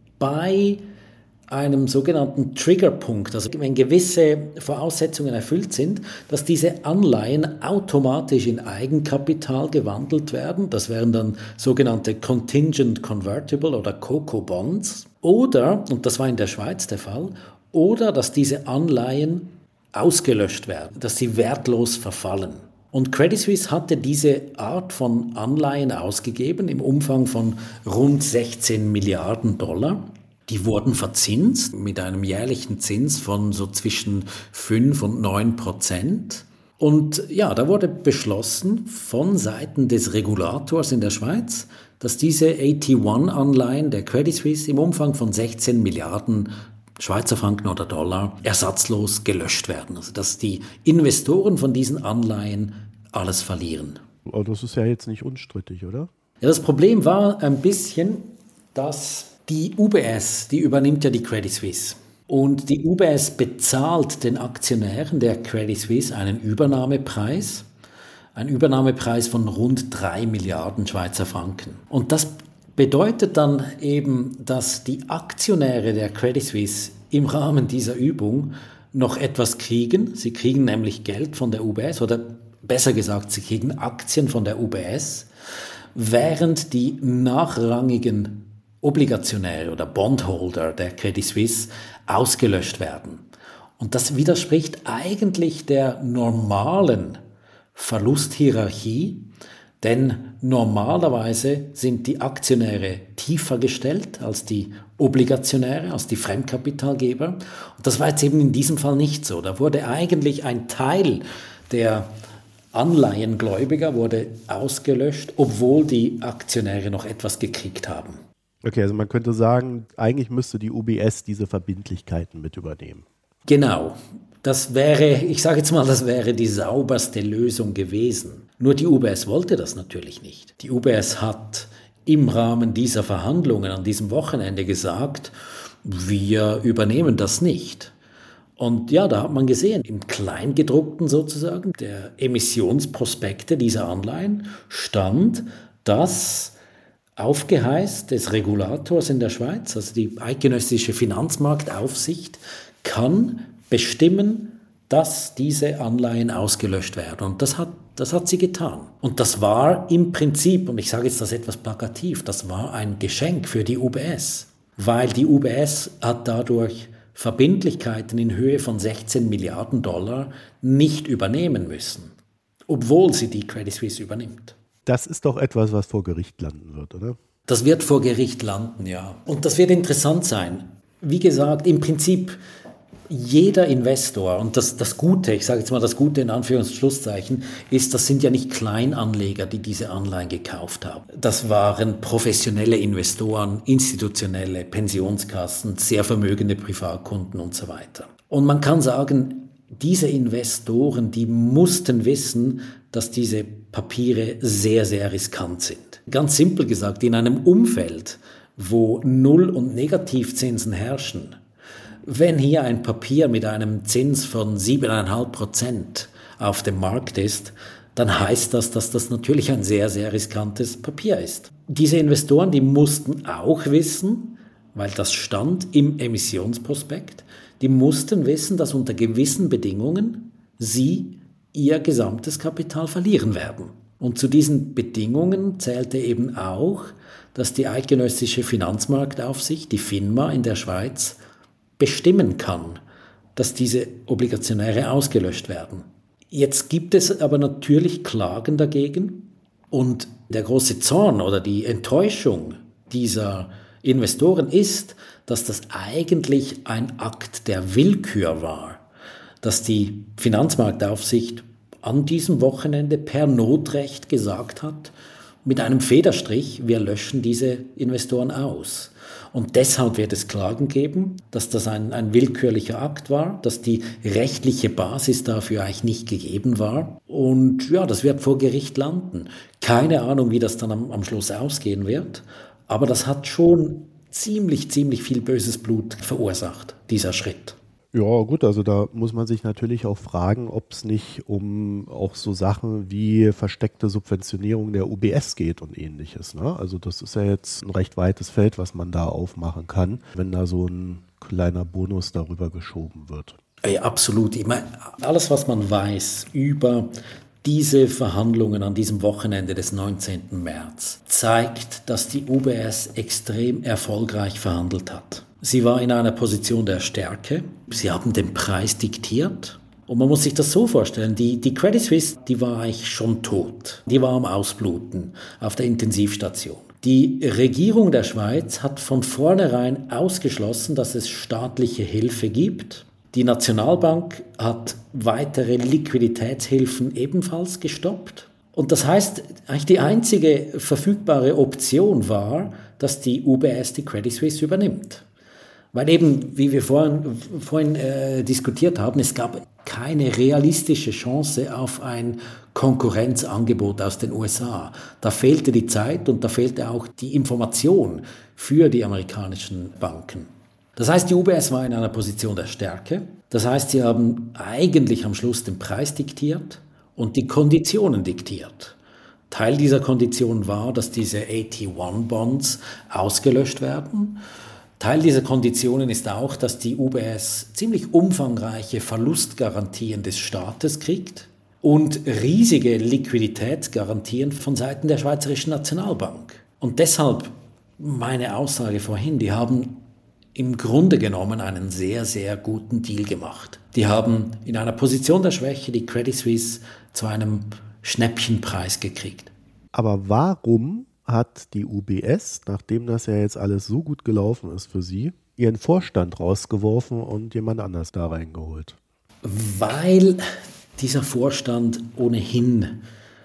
Speaker 2: bei einem sogenannten Triggerpunkt, also wenn gewisse Voraussetzungen erfüllt sind, dass diese Anleihen automatisch in Eigenkapital gewandelt werden. Das wären dann sogenannte Contingent Convertible oder CoCo-Bonds. Oder, und das war in der Schweiz der Fall, oder dass diese Anleihen ausgelöscht werden, dass sie wertlos verfallen. Und Credit Suisse hatte diese Art von Anleihen ausgegeben im Umfang von rund 16 Milliarden Dollar. Die wurden verzinst mit einem jährlichen Zins von so zwischen 5 und 9%. Und ja, da wurde beschlossen von Seiten des Regulators in der Schweiz, dass diese AT1-Anleihen der Credit Suisse im Umfang von 16 Milliarden Schweizer Franken oder Dollar ersatzlos gelöscht werden. Also dass die Investoren von diesen Anleihen alles verlieren.
Speaker 1: Aber das ist ja jetzt nicht unstrittig, oder?
Speaker 2: Ja, das Problem war ein bisschen, dass die UBS, die übernimmt ja die Credit Suisse. Und die UBS bezahlt den Aktionären der Credit Suisse einen Übernahmepreis von rund 3 Milliarden Schweizer Franken. Und das bedeutet dann eben, dass die Aktionäre der Credit Suisse im Rahmen dieser Übung noch etwas kriegen. Sie kriegen nämlich Geld von der UBS oder besser gesagt, sie kriegen Aktien von der UBS, während die nachrangigen Obligationäre oder Bondholder der Credit Suisse ausgelöscht werden. Und das widerspricht eigentlich der normalen Verlusthierarchie, denn normalerweise sind die Aktionäre tiefer gestellt als die Obligationäre, als die Fremdkapitalgeber. Und das war jetzt eben in diesem Fall nicht so. Da wurde eigentlich ein Teil der Anleihengläubiger wurde ausgelöscht, obwohl die Aktionäre noch etwas gekriegt haben.
Speaker 1: Okay, also man könnte sagen, eigentlich müsste die UBS diese Verbindlichkeiten mit übernehmen.
Speaker 2: Genau. Das wäre, ich sage jetzt mal, das wäre die sauberste Lösung gewesen. Nur die UBS wollte das natürlich nicht. Die UBS hat im Rahmen dieser Verhandlungen an diesem Wochenende gesagt, wir übernehmen das nicht. Und ja, da hat man gesehen, im Kleingedruckten sozusagen, der Emissionsprospekte dieser Anleihen stand, dass auf Geheiß des Regulators in der Schweiz, also die eidgenössische Finanzmarktaufsicht, kann bestimmen, dass diese Anleihen ausgelöscht werden. Und das hat sie getan. Und das war im Prinzip, und ich sage jetzt das etwas plakativ, das war ein Geschenk für die UBS, weil die UBS hat dadurch Verbindlichkeiten in Höhe von 16 Milliarden Dollar nicht übernehmen müssen, obwohl sie die Credit Suisse übernimmt.
Speaker 1: Das ist doch etwas, was vor Gericht landen wird, oder?
Speaker 2: Das wird vor Gericht landen, ja. Und das wird interessant sein. Wie gesagt, im Prinzip jeder Investor, und das Gute, ich sage jetzt mal das Gute in Anführungs- und Schlusszeichen, ist, das sind ja nicht Kleinanleger, die diese Anleihen gekauft haben. Das waren professionelle Investoren, institutionelle Pensionskassen, sehr vermögende Privatkunden und so weiter. Und man kann sagen, diese Investoren, die mussten wissen, dass diese Papiere sehr, sehr riskant sind. Ganz simpel gesagt, in einem Umfeld, wo Null- und Negativzinsen herrschen, wenn hier ein Papier mit einem Zins von 7,5% auf dem Markt ist, dann heißt das, dass das natürlich ein sehr, sehr riskantes Papier ist. Diese Investoren, die mussten auch wissen, weil das stand im Emissionsprospekt, die mussten wissen, dass unter gewissen Bedingungen sie ihr gesamtes Kapital verlieren werden. Und zu diesen Bedingungen zählte eben auch, dass die eidgenössische Finanzmarktaufsicht, die FINMA in der Schweiz, bestimmen kann, dass diese Obligationäre ausgelöscht werden. Jetzt gibt es aber natürlich Klagen dagegen und der große Zorn oder die Enttäuschung dieser Investoren ist, dass das eigentlich ein Akt der Willkür war, dass die Finanzmarktaufsicht an diesem Wochenende per Notrecht gesagt hat, mit einem Federstrich, wir löschen diese Investoren aus. Und deshalb wird es Klagen geben, dass das ein willkürlicher Akt war, dass die rechtliche Basis dafür eigentlich nicht gegeben war. Und ja, das wird vor Gericht landen. Keine Ahnung, wie das dann am Schluss ausgehen wird. Aber das hat schon ziemlich viel böses Blut verursacht, dieser Schritt.
Speaker 1: Ja, gut, also da muss man sich natürlich auch fragen, ob es nicht um auch so Sachen wie versteckte Subventionierung der UBS geht und ähnliches, ne? Also das ist ja jetzt ein recht weites Feld, was man da aufmachen kann, wenn da so ein kleiner Bonus darüber geschoben wird.
Speaker 2: Ja, absolut. Ich meine, alles, was man weiß über diese Verhandlungen an diesem Wochenende des 19. März, zeigt, dass die UBS extrem erfolgreich verhandelt hat. Sie war in einer Position der Stärke. Sie haben den Preis diktiert. Und man muss sich das so vorstellen, die Credit Suisse, die war eigentlich schon tot. Die war am Ausbluten auf der Intensivstation. Die Regierung der Schweiz hat von vornherein ausgeschlossen, dass es staatliche Hilfe gibt. Die Nationalbank hat weitere Liquiditätshilfen ebenfalls gestoppt. Und das heißt, eigentlich die einzige verfügbare Option war, dass die UBS die Credit Suisse übernimmt. Weil eben, wie wir vorhin diskutiert haben, es gab keine realistische Chance auf ein Konkurrenzangebot aus den USA. Da fehlte die Zeit und da fehlte auch die Information für die amerikanischen Banken. Das heißt, die UBS war in einer Position der Stärke. Das heißt, sie haben eigentlich am Schluss den Preis diktiert und die Konditionen diktiert. Teil dieser Kondition war, dass diese AT1-Bonds ausgelöscht werden. Teil dieser Konditionen ist auch, dass die UBS ziemlich umfangreiche Verlustgarantien des Staates kriegt und riesige Liquiditätsgarantien von Seiten der Schweizerischen Nationalbank. Und deshalb meine Aussage vorhin, die haben im Grunde genommen einen sehr guten Deal gemacht. Die haben in einer Position der Schwäche die Credit Suisse zu einem Schnäppchenpreis gekriegt.
Speaker 1: Aber warum hat die UBS, nachdem das ja jetzt alles so gut gelaufen ist für sie, ihren Vorstand rausgeworfen und jemand anders da reingeholt?
Speaker 2: Weil dieser Vorstand ohnehin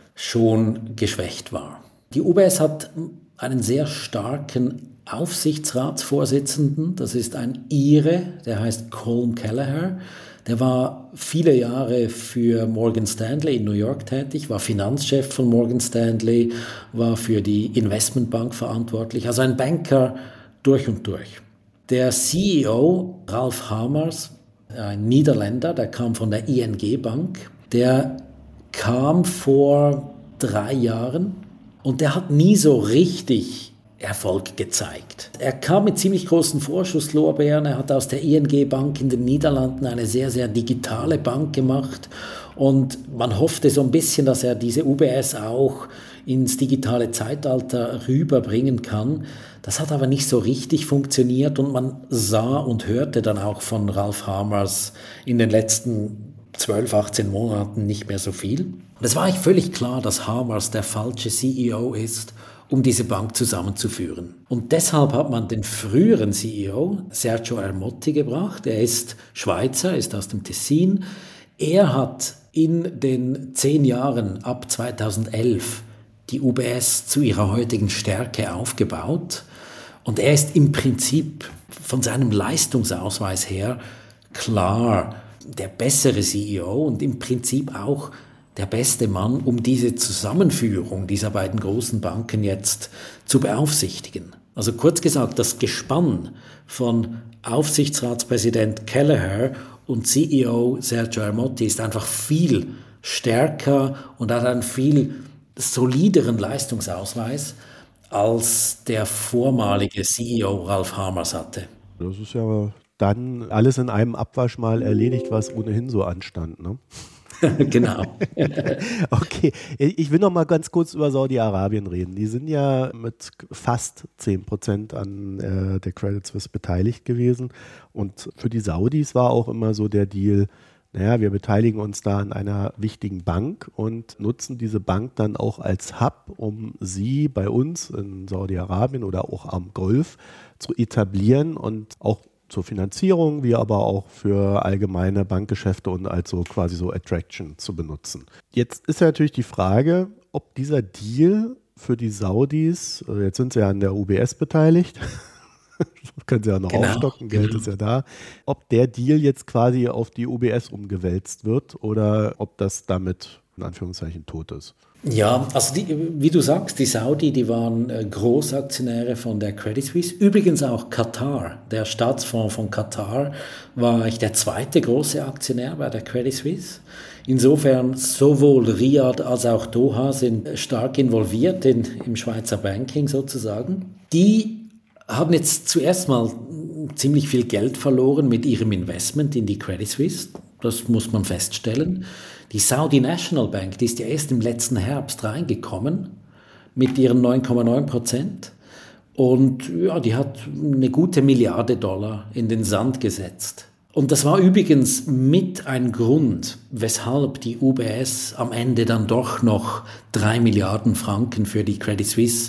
Speaker 2: schon geschwächt war. Die UBS hat einen sehr starken Aufsichtsratsvorsitzenden, das ist ein Ire, der heißt Colm Kelleher. Der war viele Jahre für Morgan Stanley in New York tätig, war Finanzchef von Morgan Stanley, war für die Investmentbank verantwortlich, also ein Banker durch und durch. Der CEO, Ralph Hamers, ein Niederländer, der kam von der ING Bank, der kam vor 3 Jahren und der hat nie so richtig Erfolg gezeigt. Er kam mit ziemlich großen Vorschusslorbeeren. Er hat aus der ING Bank in den Niederlanden eine sehr digitale Bank gemacht und man hoffte so ein bisschen, dass er diese UBS auch ins digitale Zeitalter rüberbringen kann. Das hat aber nicht so richtig funktioniert und man sah und hörte dann auch von Ralph Hamers in den letzten 12, 18 Monaten nicht mehr so viel. Und es war eigentlich völlig klar, dass Hamers der falsche CEO ist, um diese Bank zusammenzuführen. Und deshalb hat man den früheren CEO, Sergio Ermotti, gebracht. Er ist Schweizer, ist aus dem Tessin. Er hat in den 10 Jahren ab 2011 die UBS zu ihrer heutigen Stärke aufgebaut. Und er ist im Prinzip von seinem Leistungsausweis her klar der bessere CEO und im Prinzip auch der beste Mann, um diese Zusammenführung dieser beiden großen Banken jetzt zu beaufsichtigen. Also kurz gesagt, das Gespann von Aufsichtsratspräsident Kelleher und CEO Sergio Ermotti ist einfach viel stärker und hat einen viel solideren Leistungsausweis, als der vormalige CEO Ralph Hamers hatte.
Speaker 1: Das ist ja dann alles in einem Abwasch mal erledigt, was ohnehin so anstand, ne?
Speaker 2: Genau.
Speaker 1: Okay, ich will noch mal ganz kurz über Saudi-Arabien reden. Die sind ja mit fast 10% an der Credit Suisse beteiligt gewesen. Und für die Saudis war auch immer so der Deal, naja, wir beteiligen uns da an einer wichtigen Bank und nutzen diese Bank dann auch als Hub, um sie bei uns in Saudi-Arabien oder auch am Golf zu etablieren und auch zur Finanzierung, wie aber auch für allgemeine Bankgeschäfte und also quasi so Attraction zu benutzen. Jetzt ist ja natürlich die Frage, ob dieser Deal für die Saudis, also jetzt sind sie ja an der UBS beteiligt, können sie ja noch aufstocken, Geld ist ja da, ob der Deal jetzt quasi auf die UBS umgewälzt wird oder ob das damit in Anführungszeichen tot ist.
Speaker 2: Ja, also wie du sagst, die Saudi, die waren Großaktionäre von der Credit Suisse. Übrigens auch Katar, der Staatsfonds von Katar war eigentlich der zweite große Aktionär bei der Credit Suisse. Insofern sowohl Riyadh als auch Doha sind stark involviert im Schweizer Banking sozusagen. Die haben jetzt zuerst mal ziemlich viel Geld verloren mit ihrem Investment in die Credit Suisse. Das muss man feststellen. Die Saudi National Bank, die ist ja erst im letzten Herbst reingekommen mit ihren 9,9%. Und ja, die hat eine gute $1 Milliarde in den Sand gesetzt. Und das war übrigens mit ein Grund, weshalb die UBS am Ende dann doch noch 3 Milliarden Franken für die Credit Suisse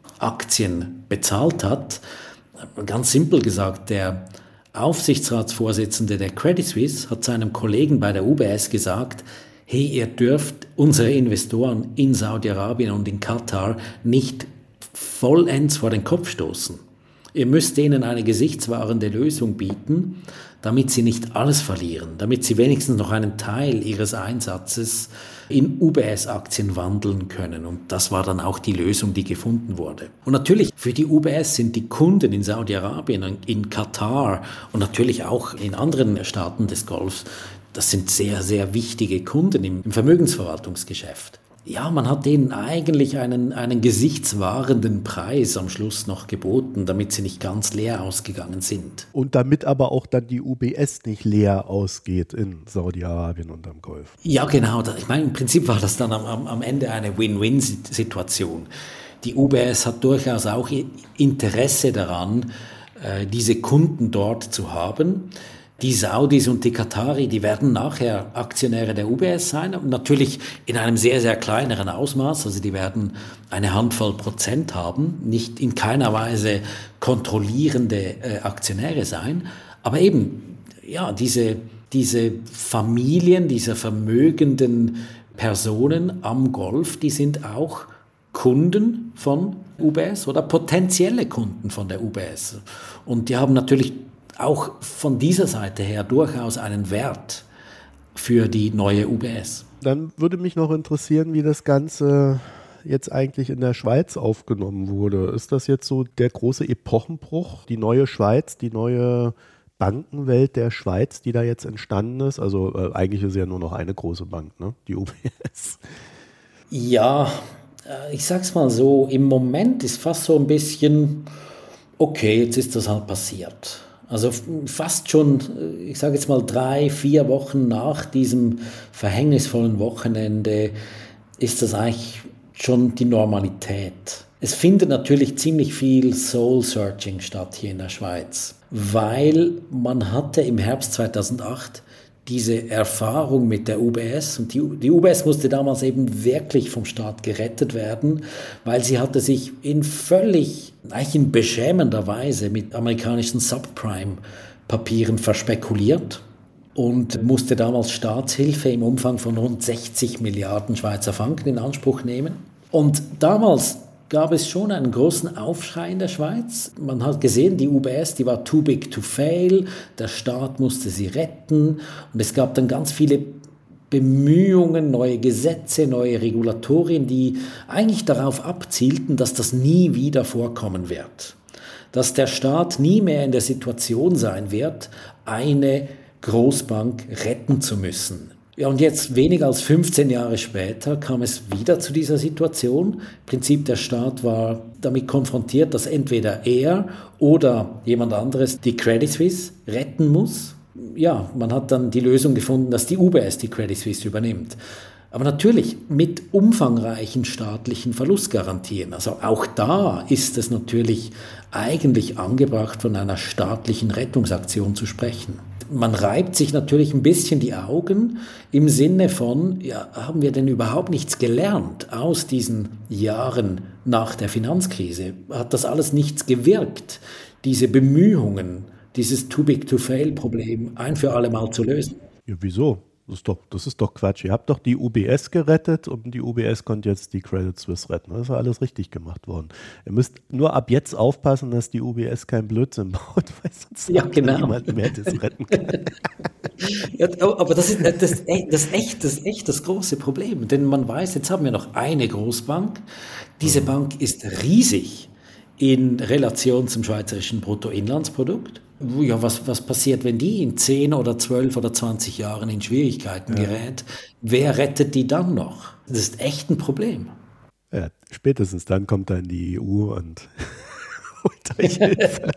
Speaker 2: Aktien bezahlt hat. Ganz simpel gesagt, der Aufsichtsratsvorsitzende der Credit Suisse hat seinem Kollegen bei der UBS gesagt, hey, ihr dürft unsere Investoren in Saudi-Arabien und in Katar nicht vollends vor den Kopf stoßen. Ihr müsst denen eine gesichtswahrende Lösung bieten, damit sie nicht alles verlieren, damit sie wenigstens noch einen Teil ihres Einsatzes in UBS-Aktien wandeln können. Und das war dann auch die Lösung, die gefunden wurde. Und natürlich für die UBS sind die Kunden in Saudi-Arabien, in Katar und natürlich auch in anderen Staaten des Golfs, das sind sehr, sehr wichtige Kunden im Vermögensverwaltungsgeschäft. Ja, man hat denen eigentlich einen gesichtswahrenden Preis am Schluss noch geboten, damit sie nicht ganz leer ausgegangen sind.
Speaker 1: Und damit aber auch dann die UBS nicht leer ausgeht in Saudi-Arabien und am Golf.
Speaker 2: Ja, genau. Ich meine, im Prinzip war das dann am Ende eine Win-Win-Situation. Die UBS hat durchaus auch Interesse daran, diese Kunden dort zu haben. Die Saudis und die Katari, die werden nachher Aktionäre der UBS sein, natürlich in einem sehr, sehr kleineren Ausmaß. Also die werden eine Handvoll Prozent haben, nicht in keiner Weise kontrollierende Aktionäre sein. Aber eben, ja, diese Familien, diese vermögenden Personen am Golf, die sind auch Kunden von UBS oder potenzielle Kunden von der UBS. Und die haben natürlich auch von dieser Seite her durchaus einen Wert für die neue UBS.
Speaker 1: Dann würde mich noch interessieren, wie das Ganze jetzt eigentlich in der Schweiz aufgenommen wurde. Ist das jetzt so der große Epochenbruch, die neue Schweiz, die neue Bankenwelt der Schweiz, die da jetzt entstanden ist? Also eigentlich ist ja nur noch eine große Bank, ne? Die UBS.
Speaker 2: Ja, ich sag's mal so, im Moment ist fast so ein bisschen, okay, jetzt ist das halt passiert. Also fast schon, ich sage jetzt mal 3-4 Wochen nach diesem verhängnisvollen Wochenende ist das eigentlich schon die Normalität. Es findet natürlich ziemlich viel Soul-Searching statt hier in der Schweiz, weil man hatte im Herbst 2008 diese Erfahrung mit der UBS und die UBS musste damals eben wirklich vom Staat gerettet werden, weil sie hatte sich eigentlich in beschämender Weise mit amerikanischen Subprime-Papieren verspekuliert und musste damals Staatshilfe im Umfang von rund 60 Milliarden Schweizer Franken in Anspruch nehmen. Und damals gab es schon einen großen Aufschrei in der Schweiz. Man hat gesehen, die UBS, die war too big to fail, der Staat musste sie retten und es gab dann ganz viele Bemühungen, neue Gesetze, neue Regulatorien, die eigentlich darauf abzielten, dass das nie wieder vorkommen wird. Dass der Staat nie mehr in der Situation sein wird, eine Großbank retten zu müssen. Ja, und jetzt, weniger als 15 Jahre später, kam es wieder zu dieser Situation. Im Prinzip, der Staat war damit konfrontiert, dass entweder er oder jemand anderes die Credit Suisse retten muss. ja, man hat dann die Lösung gefunden, dass die UBS die Credit Suisse übernimmt. Aber natürlich mit umfangreichen staatlichen Verlustgarantien. Also auch da ist es natürlich eigentlich angebracht, von einer staatlichen Rettungsaktion zu sprechen. Man reibt sich natürlich ein bisschen die Augen im Sinne von, ja, haben wir denn überhaupt nichts gelernt aus diesen Jahren nach der Finanzkrise? Hat das alles nichts gewirkt, diese Bemühungen, dieses Too-Big-to-Fail-Problem ein für alle Mal zu lösen?
Speaker 1: Ja, wieso? Das ist doch Quatsch. Ihr habt doch die UBS gerettet und die UBS konnte jetzt die Credit Suisse retten. Das ist ja alles richtig gemacht worden. Ihr müsst nur ab jetzt aufpassen, dass die UBS keinen Blödsinn baut, weil sonst niemand mehr das retten kann.
Speaker 2: Ja, aber das ist echt das große Problem. Denn man weiß, jetzt haben wir noch eine Großbank. Diese Bank ist riesig in Relation zum schweizerischen Bruttoinlandsprodukt. Ja, was passiert, wenn die in 10 oder 12 oder 20 Jahren in Schwierigkeiten gerät? Wer rettet die dann noch? Das ist echt ein Problem.
Speaker 1: Ja, spätestens dann kommt dann die EU und holt euch Hilfe.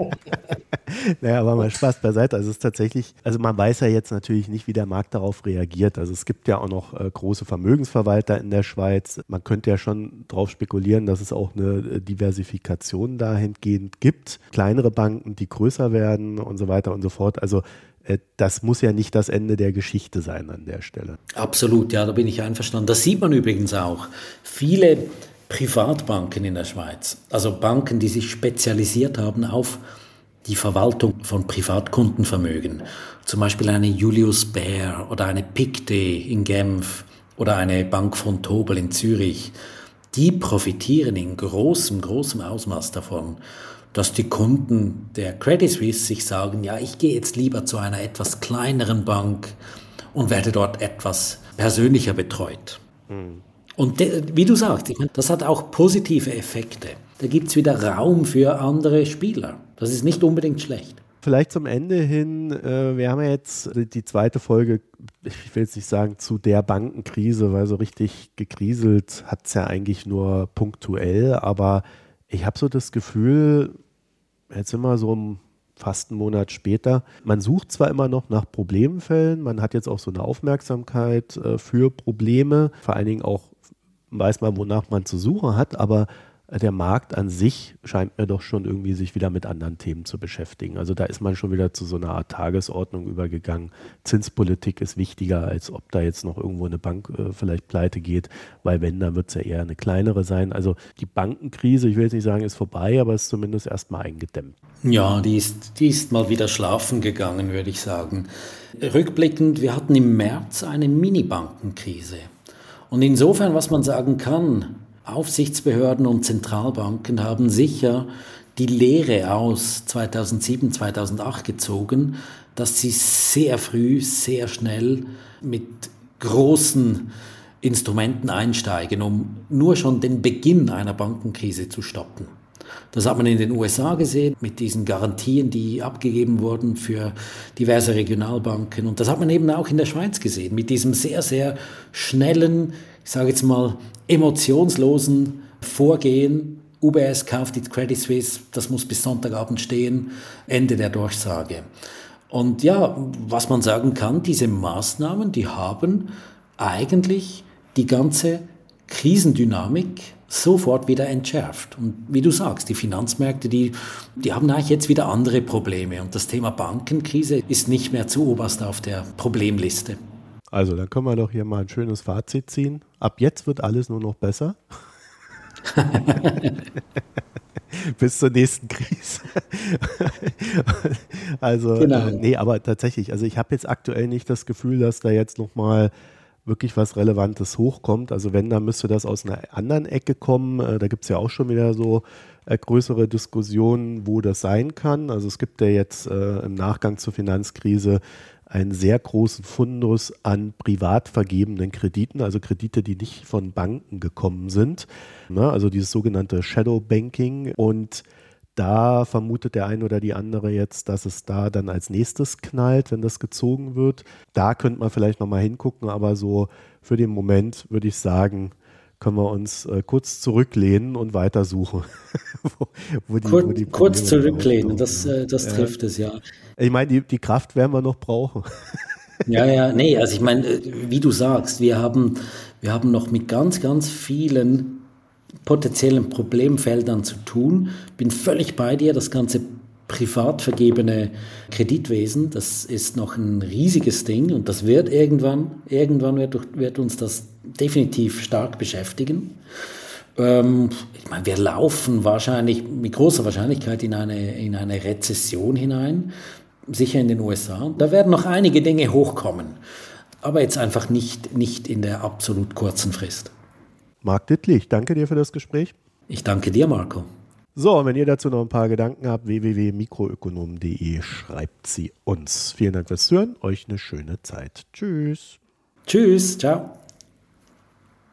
Speaker 1: Naja, aber mal Spaß beiseite. Also es ist tatsächlich, also man weiß ja jetzt natürlich nicht, wie der Markt darauf reagiert. Also es gibt ja auch noch große Vermögensverwalter in der Schweiz. Man könnte ja schon darauf spekulieren, dass es auch eine Diversifikation dahingehend gibt. Kleinere Banken, die größer werden und so weiter und so fort. Also das muss ja nicht das Ende der Geschichte sein an der Stelle.
Speaker 2: Absolut, ja, da bin ich einverstanden. Das sieht man übrigens auch. Viele Privatbanken in der Schweiz, also Banken, die sich spezialisiert haben auf die Verwaltung von Privatkundenvermögen, zum Beispiel eine Julius Baer oder eine Pictet in Genf oder eine Bank von Tobel in Zürich, die profitieren in großem Ausmaß davon, dass die Kunden der Credit Suisse sich sagen, ja, ich gehe jetzt lieber zu einer etwas kleineren Bank und werde dort etwas persönlicher betreut. Und wie du sagst, ich meine, das hat auch positive Effekte. Da gibt es wieder Raum für andere Spieler. Das ist nicht unbedingt schlecht.
Speaker 1: Vielleicht zum Ende hin, wir haben ja jetzt die zweite Folge, ich will jetzt nicht sagen zu der Bankenkrise, weil so richtig gekriselt hat es ja eigentlich nur punktuell, aber ich habe so das Gefühl, jetzt sind wir so fast einen Monat später, man sucht zwar immer noch nach Problemfällen, man hat jetzt auch so eine Aufmerksamkeit für Probleme, vor allen Dingen auch weiß man, wonach man zu suchen hat, aber der Markt an sich scheint mir doch schon irgendwie sich wieder mit anderen Themen zu beschäftigen. Also da ist man schon wieder zu so einer Art Tagesordnung übergegangen. Zinspolitik ist wichtiger, als ob da jetzt noch irgendwo eine Bank vielleicht pleite geht, weil wenn, dann wird es ja eher eine kleinere sein. Also die Bankenkrise, ich will jetzt nicht sagen, ist vorbei, aber ist zumindest erstmal eingedämmt.
Speaker 2: Ja, die ist mal wieder schlafen gegangen, würde ich sagen. Rückblickend, wir hatten im März eine Mini-Bankenkrise. Und insofern, was man sagen kann, Aufsichtsbehörden und Zentralbanken haben sicher die Lehre aus 2007, 2008 gezogen, dass sie sehr früh, sehr schnell mit großen Instrumenten einsteigen, um nur schon den Beginn einer Bankenkrise zu stoppen. Das hat man in den USA gesehen, mit diesen Garantien, die abgegeben wurden für diverse Regionalbanken. Und das hat man eben auch in der Schweiz gesehen, mit diesem sehr, sehr schnellen, ich sage jetzt mal, emotionslosen Vorgehen. UBS kauft die Credit Suisse, das muss bis Sonntagabend stehen, Ende der Durchsage. Und ja, was man sagen kann, diese Maßnahmen, die haben eigentlich die ganze Krisendynamik sofort wieder entschärft. Und wie du sagst, die Finanzmärkte, die haben eigentlich jetzt wieder andere Probleme. Und das Thema Bankenkrise ist nicht mehr zu oberst auf der Problemliste.
Speaker 1: Also, dann können wir doch hier mal ein schönes Fazit ziehen. Ab jetzt wird alles nur noch besser. Bis zur nächsten Krise. Also, genau. Nee, aber tatsächlich, also ich habe jetzt aktuell nicht das Gefühl, dass da jetzt nochmal wirklich was Relevantes hochkommt. Also wenn, dann müsste das aus einer anderen Ecke kommen. Da gibt es ja auch schon wieder so größere Diskussionen, wo das sein kann. Also es gibt ja jetzt im Nachgang zur Finanzkrise einen sehr großen Fundus an privat vergebenen Krediten, also Kredite, die nicht von Banken gekommen sind. Also dieses sogenannte Shadow Banking. Und da vermutet der eine oder die andere jetzt, dass es da dann als nächstes knallt, wenn das gezogen wird. Da könnte man vielleicht nochmal hingucken, aber so für den Moment würde ich sagen, können wir uns kurz zurücklehnen und weitersuchen.
Speaker 2: wo die kurz zurücklehnen, das trifft es, ja.
Speaker 1: Ich meine, die Kraft werden wir noch brauchen.
Speaker 2: Ja, nee, also ich meine, wie du sagst, wir haben noch mit ganz, ganz vielen potenziellen Problemfeldern zu tun. Bin völlig bei dir, das ganze privat vergebene Kreditwesen, das ist noch ein riesiges Ding und das wird irgendwann wird uns das definitiv stark beschäftigen. Ich meine, wir laufen wahrscheinlich mit großer Wahrscheinlichkeit in eine Rezession hinein, sicher in den USA. Da werden noch einige Dinge hochkommen, aber jetzt einfach nicht in der absolut kurzen Frist.
Speaker 1: Marc Dittlich, danke dir für das Gespräch.
Speaker 2: Ich danke dir, Marco.
Speaker 1: So, und wenn ihr dazu noch ein paar Gedanken habt, www.mikroökonom.de, schreibt sie uns. Vielen Dank fürs Zuhören, euch eine schöne Zeit. Tschüss.
Speaker 2: Tschüss, ciao.